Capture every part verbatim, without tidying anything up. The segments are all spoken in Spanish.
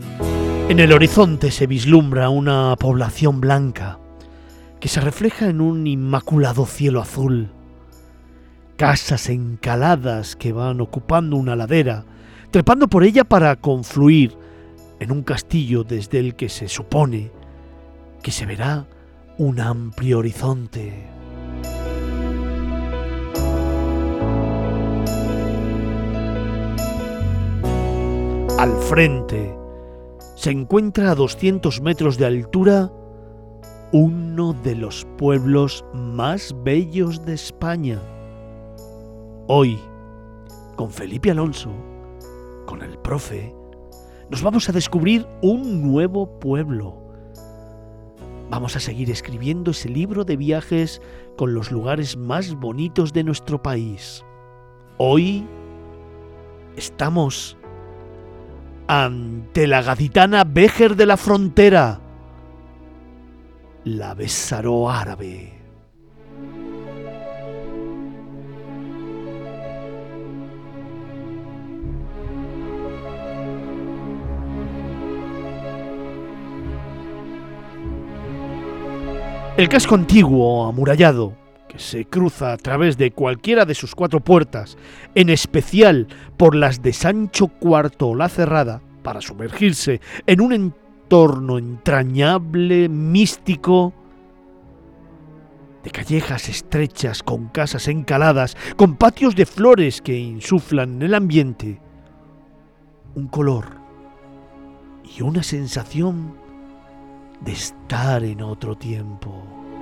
En el horizonte se vislumbra una población blanca que se refleja en un inmaculado cielo azul. Casas encaladas que van ocupando una ladera, trepando por ella para confluir en un castillo desde el que se supone que se verá un amplio horizonte. Al frente se encuentra a doscientos metros de altura uno de los pueblos más bellos de España. Hoy, con Felipe Alonso, con el profe, nos vamos a descubrir un nuevo pueblo. Vamos a seguir escribiendo ese libro de viajes con los lugares más bonitos de nuestro país. Hoy estamos ante la gaditana Béjar de la Frontera, la Bessaró árabe. El casco antiguo amurallado, que se cruza a través de cualquiera de sus cuatro puertas, en especial por las de Sancho cuarto la Cerrada, para sumergirse en un entorno entrañable, místico, de callejas estrechas con casas encaladas, con patios de flores que insuflan en el ambiente un color y una sensación de estar en otro tiempo.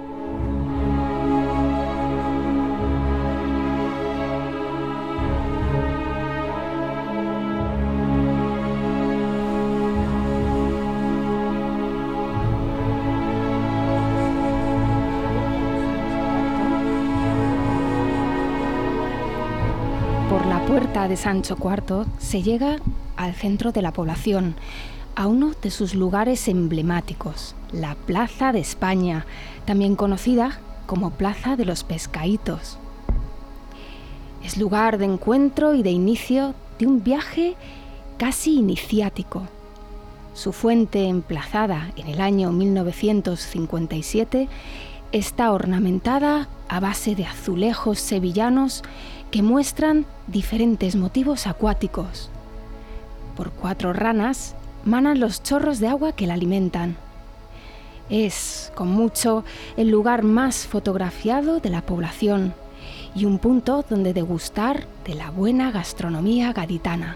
Por la puerta de Sancho cuarto se llega al centro de la población, a uno de sus lugares emblemáticos, la Plaza de España, también conocida como Plaza de los Pescaditos. Es lugar de encuentro y de inicio de un viaje casi iniciático. Su fuente, emplazada en el año mil novecientos cincuenta y siete, está ornamentada a base de azulejos sevillanos que muestran diferentes motivos acuáticos. Por cuatro ranas manan los chorros de agua que la alimentan. Es, con mucho, el lugar más fotografiado de la población y un punto donde degustar de la buena gastronomía gaditana.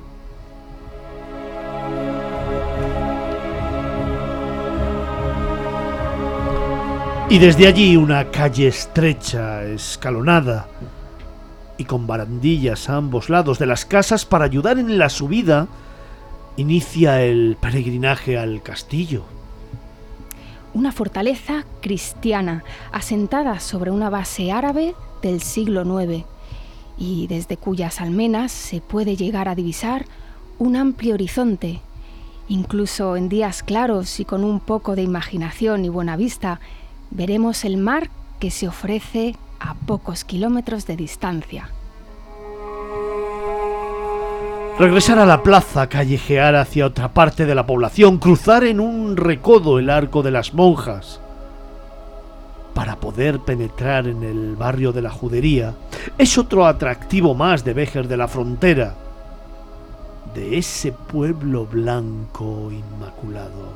Y desde allí una calle estrecha, escalonada y con barandillas a ambos lados de las casas para ayudar en la subida, inicia el peregrinaje al castillo. Una fortaleza cristiana asentada sobre una base árabe del siglo noveno y desde cuyas almenas se puede llegar a divisar un amplio horizonte. Incluso en días claros y con un poco de imaginación y buena vista, veremos el mar que se ofrece a pocos kilómetros de distancia. Regresar a la plaza, callejear hacia otra parte de la población, cruzar en un recodo el Arco de las Monjas para poder penetrar en el barrio de la Judería, es otro atractivo más de Béjar de la Frontera, de ese pueblo blanco inmaculado.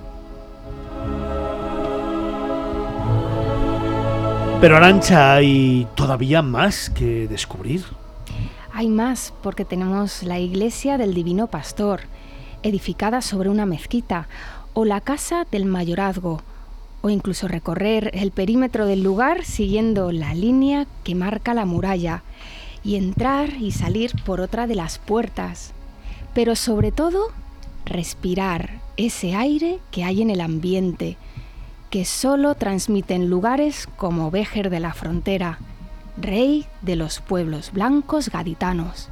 Pero Arantxa, hay todavía más que descubrir. Hay más porque tenemos la iglesia del Divino Pastor, edificada sobre una mezquita, o la casa del mayorazgo, o incluso recorrer el perímetro del lugar siguiendo la línea que marca la muralla, y entrar y salir por otra de las puertas. Pero sobre todo, respirar ese aire que hay en el ambiente, que solo transmiten lugares como Béjar de la Frontera, rey de los pueblos blancos gaditanos.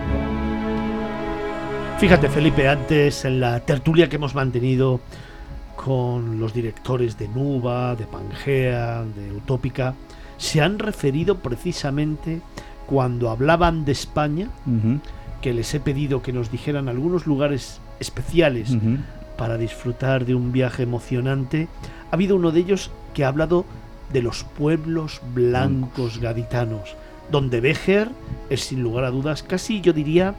Fíjate, Felipe, antes en la tertulia que hemos mantenido con los directores de Nuba, de Pangea, de Utópica, se han referido precisamente cuando hablaban de España, uh-huh. que les he pedido que nos dijeran algunos lugares especiales uh-huh. para disfrutar de un viaje emocionante. Ha habido uno de ellos que ha hablado de los pueblos blancos uh-huh. gaditanos, donde Béjar es sin lugar a dudas casi, yo diría,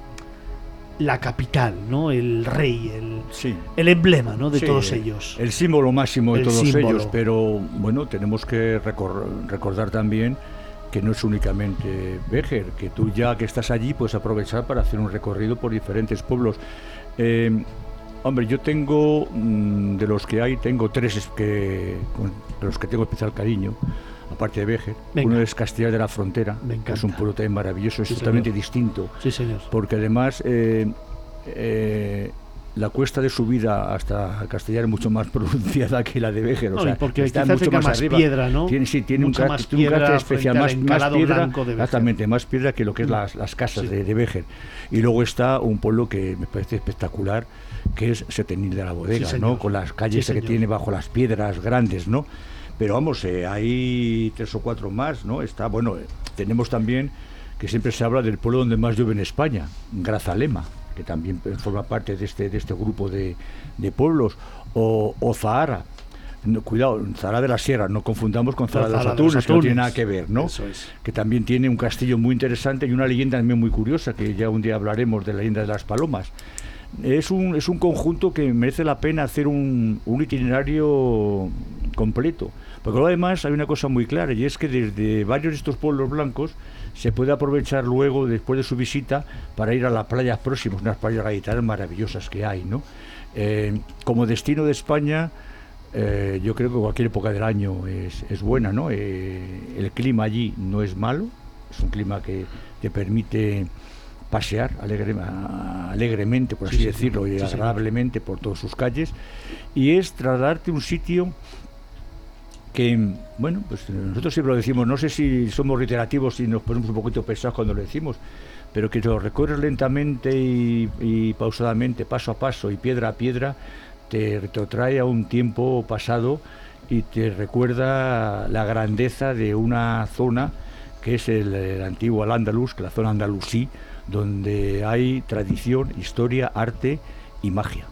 la capital, ¿no? El rey, el, sí. el emblema, ¿no? de sí, todos ellos. El símbolo máximo de el todos símbolo. ellos, pero bueno, tenemos que recor- recordar también que no es únicamente Béjar, que tú ya que estás allí puedes aprovechar para hacer un recorrido por diferentes pueblos. Eh, hombre, yo tengo, mmm, de los que hay, tengo tres que, con, de los que tengo especial cariño, aparte de Béjar. Uno es Castellar de la Frontera, que es un pueblo también maravilloso, es sí, totalmente señor. distinto, sí, señor. porque además eh, eh, la cuesta de subida hasta Castellar es mucho más pronunciada que la de Béjar, o no, sea, porque está mucho más, más arriba. Piedra, ¿no? Tiene, sí, tiene un carácter, un carácter especial, más, más piedra, exactamente, más piedra que lo que es las, las casas sí. de, de Béjar. Y luego está un pueblo que me parece espectacular, que es Setenil de la Bodega, sí, ¿no? Con las calles sí, que tiene bajo las piedras grandes, ¿no? Pero vamos, eh, hay tres o cuatro más, ¿no? Está, bueno, eh, tenemos también que siempre se habla del pueblo donde más llueve en España, Grazalema, que también forma parte de este de este grupo de, de pueblos, o, o Zahara. No, cuidado, Zahara de la Sierra, no confundamos con Zahara, Zahara de los Atunes, que no tiene nada que ver, ¿no? Eso es. Que también tiene un castillo muy interesante y una leyenda también muy curiosa, que ya un día hablaremos de la leyenda de las Palomas. Es un, es un conjunto que merece la pena hacer un, un itinerario completo. Porque además hay una cosa muy clara, y es que desde varios de estos pueblos blancos se puede aprovechar luego, después de su visita, para ir a las playas próximas, unas playas gaditanas maravillosas que hay, ¿no? Eh, como destino de España, eh, yo creo que cualquier época del año es, es buena, ¿no? Eh, el clima allí no es malo, es un clima que te permite pasear alegre, alegremente, por así sí, decirlo, sí, y agradablemente sí, por todas sus calles, y es trasladarte a un sitio que, bueno, pues nosotros siempre lo decimos, no sé si somos reiterativos y nos ponemos un poquito pesados cuando lo decimos, pero que lo recorres lentamente y, y pausadamente, paso a paso y piedra a piedra, te retrotrae a un tiempo pasado y te recuerda la grandeza de una zona que es el, el antiguo Al-Ándalus, que es la zona andalusí, donde hay tradición, historia, arte y magia.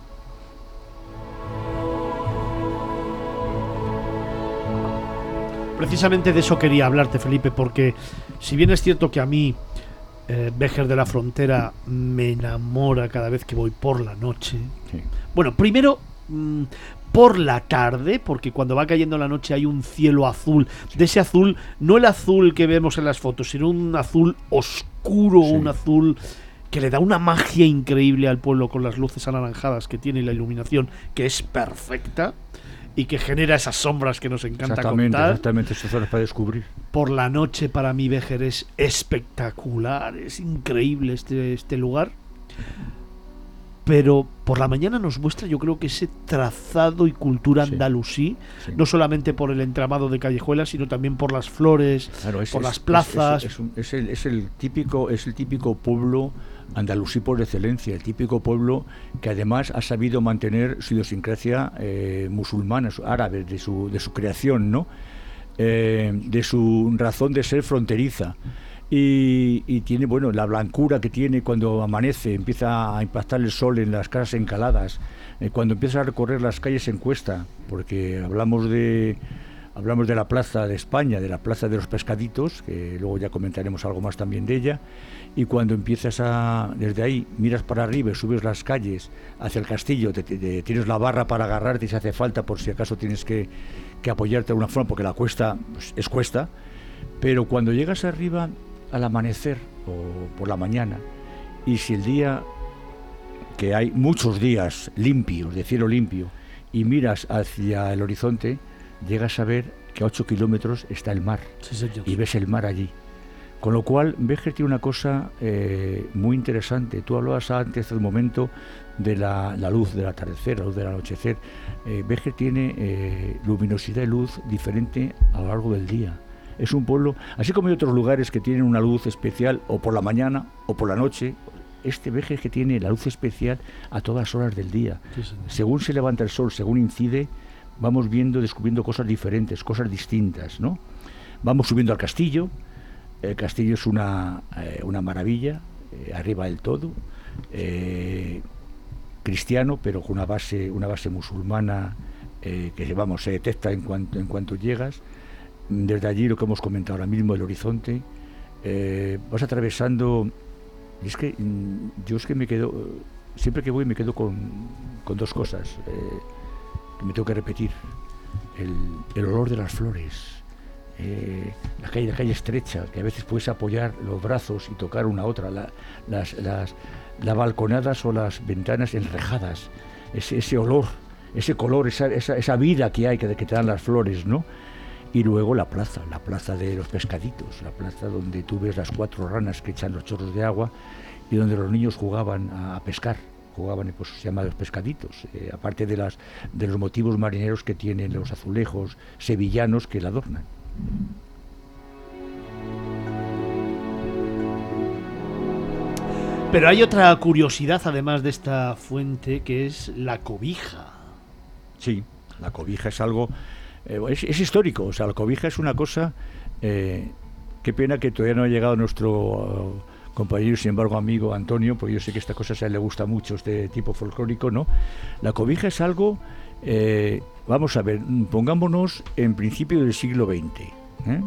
Precisamente de eso quería hablarte, Felipe, porque si bien es cierto que a mí eh, Béjar de la Frontera me enamora cada vez que voy por la noche. Sí. Bueno, primero mmm, por la tarde, porque cuando va cayendo la noche hay un cielo azul, sí. de ese azul, no el azul que vemos en las fotos, sino un azul oscuro, sí. un azul que le da una magia increíble al pueblo con las luces anaranjadas que tiene y la iluminación que es perfecta y que genera esas sombras que nos encanta exactamente, contar. Exactamente, esas zonas para descubrir. Por la noche para mí Béjar es espectacular, es increíble este, este lugar. Pero por la mañana nos muestra, yo creo que ese trazado y cultura sí, andalusí, sí. no solamente por el entramado de callejuelas, sino también por las flores, claro, es, por es, las plazas. Es, es, es, un, es, el, es el típico, es el típico pueblo andalusí por excelencia, el típico pueblo que además ha sabido mantener su idiosincrasia eh, musulmana, árabe, de su, de su creación, ¿no? Eh, de su razón de ser fronteriza. Y, y tiene, bueno, la blancura que tiene cuando amanece, empieza a impactar el sol en las casas encaladas, eh, cuando empieza a recorrer las calles en cuesta, porque hablamos de hablamos de la Plaza de España, de la Plaza de los Pescaditos, que luego ya comentaremos algo más también de ella, y cuando empiezas a, desde ahí, miras para arriba y subes las calles hacia el castillo, te, te, te, tienes la barra para agarrarte si hace falta, por si acaso tienes que, que apoyarte de alguna forma, porque la cuesta pues, es cuesta, pero cuando llegas arriba al amanecer o por la mañana, y si el día, que hay muchos días limpios, de cielo limpio, y miras hacia el horizonte, llegas a ver que a ocho kilómetros está el mar, sí, y ves el mar allí. Con lo cual, Béjar tiene una cosa eh, muy interesante. Tú hablabas antes, hace un momento, de la, la luz del atardecer, la luz del anochecer. Eh, Béjar tiene eh, luminosidad y luz diferente a lo largo del día. Es un pueblo, así como hay otros lugares que tienen una luz especial o por la mañana o por la noche, este Vejer que tiene la luz especial a todas horas del día. Sí, señor. Según se levanta el sol, según incide, vamos viendo, descubriendo cosas diferentes, cosas distintas, ¿no? Vamos subiendo al castillo. El castillo es una, eh, una maravilla, eh, arriba del todo, eh, cristiano, pero con una base, una base musulmana eh, que vamos, se detecta en cuanto, en cuanto llegas. Desde allí, lo que hemos comentado ahora mismo, el horizonte, eh, vas atravesando. Y es que mm, yo es que me quedo, siempre que voy me quedo con, con dos cosas eh, que me tengo que repetir: el, el olor de las flores. Eh, la calle, la calle estrecha, que a veces puedes apoyar los brazos y tocar una a otra, la, las, las, las balconadas o las ventanas enrejadas, ese, ese olor, ese color, esa, esa, esa vida que hay, que, que te dan las flores, ¿no? Y luego la plaza, la plaza de los pescaditos, la plaza donde tú ves las cuatro ranas que echan los chorros de agua y donde los niños jugaban a, a pescar, jugaban, pues se llaman los pescaditos, eh, aparte de, las, de los motivos marineros que tienen los azulejos sevillanos que la adornan. Pero hay otra curiosidad, además de esta fuente, que es la cobija. Sí, la cobija es algo, eh, es, es histórico, o sea, la cobija es una cosa, eh, qué pena que todavía no ha llegado nuestro uh, compañero, sin embargo, amigo Antonio, porque yo sé que esta cosa a él le gusta mucho, este tipo folclórico, ¿no? La cobija es algo, eh, vamos a ver, pongámonos en principio del siglo veinte, ¿eh?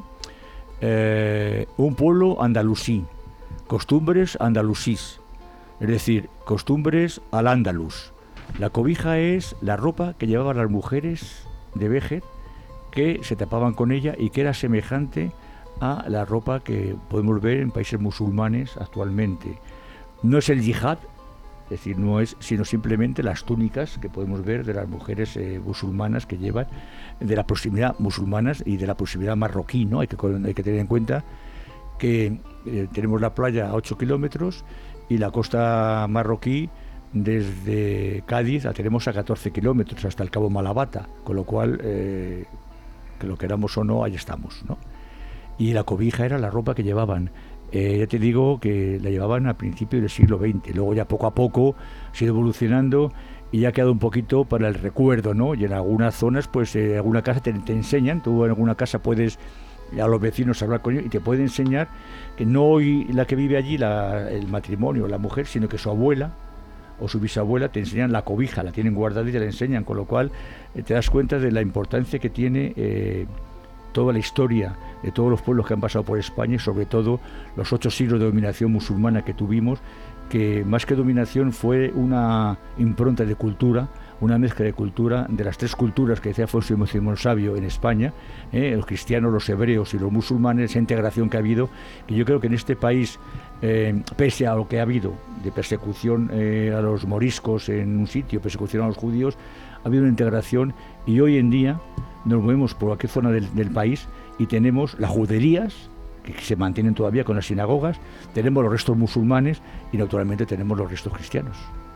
Eh, un pueblo andalusí, costumbres andalusís, es decir, costumbres al andaluz. La cobija es la ropa que llevaban las mujeres de Vejer, que se tapaban con ella y que era semejante a la ropa que podemos ver en países musulmanes actualmente. No es el yihad, es decir, no es, sino simplemente las túnicas que podemos ver de las mujeres eh, musulmanas que llevan, de la proximidad musulmanas y de la proximidad marroquí, ¿no? Hay que, hay que tener en cuenta que eh, tenemos la playa a ocho kilómetros y la costa marroquí desde Cádiz la tenemos a catorce kilómetros hasta el Cabo Malabata, con lo cual, eh, que lo queramos o no, ahí estamos, ¿no? Y la cobija era la ropa que llevaban. Eh, ya te digo que la llevaban a principios del siglo veinte, luego ya poco a poco se ha ido evolucionando y ya ha quedado un poquito para el recuerdo, ¿no? Y en algunas zonas, pues en eh, alguna casa te, te enseñan, tú en alguna casa puedes a los vecinos hablar con ellos y te pueden enseñar que no hoy la que vive allí, la, el matrimonio, la mujer, sino que su abuela o su bisabuela te enseñan la cobija, la tienen guardada y te la enseñan, con lo cual eh, te das cuenta de la importancia que tiene eh, toda la historia de todos los pueblos que han pasado por España y sobre todo los ocho siglos de dominación musulmana que tuvimos, que más que dominación fue una impronta de cultura, una mezcla de cultura, de las tres culturas que decía Alfonso X Sabio en España, eh, los cristianos, los hebreos y los musulmanes, esa integración que ha habido, que yo creo que en este país, eh, pese a lo que ha habido de persecución eh, a los moriscos en un sitio, persecución a los judíos, ha habido una integración y hoy en día nos movemos por cualquier zona del, del país y tenemos las juderías, que se mantienen todavía con las sinagogas, tenemos los restos musulmanes y naturalmente tenemos los restos cristianos.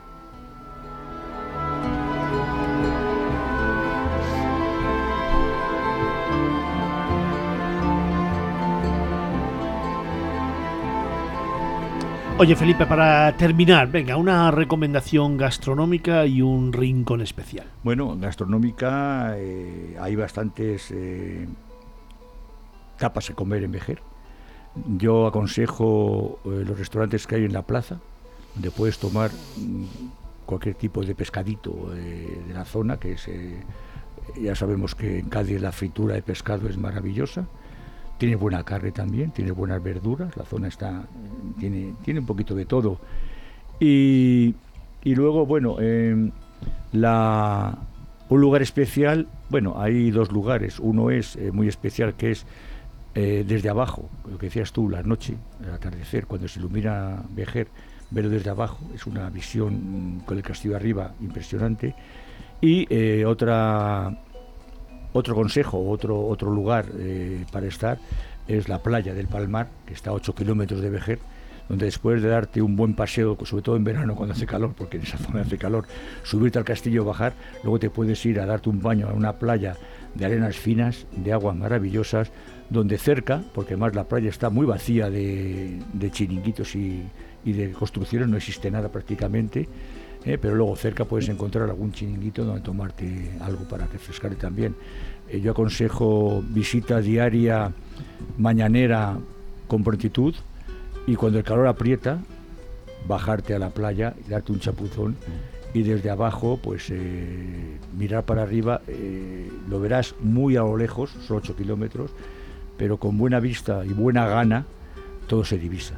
Oye, Felipe, para terminar, venga, una recomendación gastronómica y un rincón especial. Bueno, gastronómica, eh, hay bastantes eh, tapas a comer en Vejer. Yo aconsejo eh, los restaurantes que hay en la plaza, donde puedes tomar mm, cualquier tipo de pescadito eh, de la zona, que es, eh, ya sabemos que en Cádiz la fritura de pescado es maravillosa. Tiene buena carne también, tiene buenas verduras, la zona está tiene, tiene un poquito de todo. Y, y luego, bueno, eh, la, un lugar especial, bueno, hay dos lugares. Uno es eh, muy especial, que es eh, desde abajo, lo que decías tú, la noche, el atardecer, cuando se ilumina Vejer, verlo desde abajo, es una visión con el castillo arriba impresionante. Y eh, otra... Otro consejo, otro, otro lugar eh, para estar es la playa del Palmar, que está a ocho kilómetros de Vejer, donde después de darte un buen paseo, sobre todo en verano cuando hace calor, porque en esa zona hace calor, subirte al castillo, bajar, luego te puedes ir a darte un baño a una playa de arenas finas, de aguas maravillosas, donde cerca, porque además la playa está muy vacía de, de chiringuitos y, y de construcciones, no existe nada prácticamente, eh, pero luego cerca puedes encontrar algún chiringuito donde tomarte algo para refrescarte también. Eh, yo aconsejo visita diaria, mañanera, con prontitud, y cuando el calor aprieta, bajarte a la playa y darte un chapuzón, y desde abajo pues eh, mirar para arriba. Eh, lo verás muy a lo lejos, son ocho kilómetros, pero con buena vista y buena gana todo se divisa.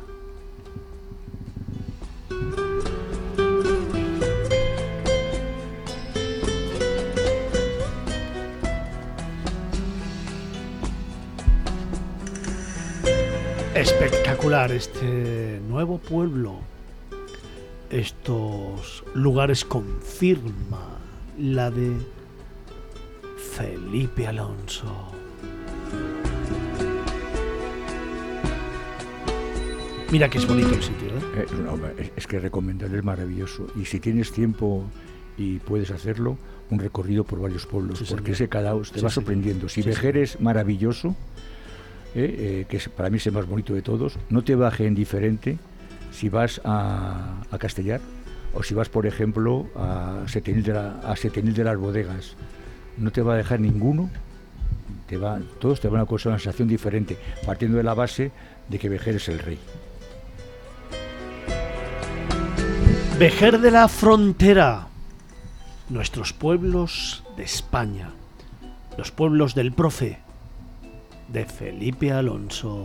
Espectacular este nuevo pueblo. Estos lugares confirma la de Felipe Alonso. Mira que es bonito el sitio, ¿eh? Eh, no, es que recomendarle es maravilloso. Y si tienes tiempo y puedes hacerlo, un recorrido por varios pueblos, sí, porque ese cada te sí, va sorprendiendo. Si sí, Vejer sí. es maravilloso, eh, eh, que es, para mí es el más bonito de todos, no te baje indiferente si vas a, a Castellar o si vas, por ejemplo, a Setenil de, la, a Setenil de las Bodegas. No te va a dejar ninguno, te va, todos te van a causar una sensación diferente, partiendo de la base de que Vejer es el rey. Vejer de la Frontera, nuestros pueblos de España, los pueblos del profe, de Felipe Alonso.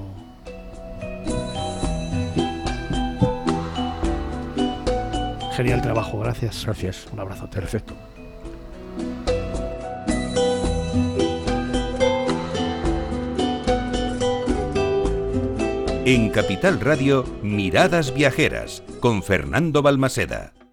Genial trabajo, gracias. Gracias. Un abrazo. Perfecto. En Capital Radio, Miradas Viajeras, con Fernando Balmaseda.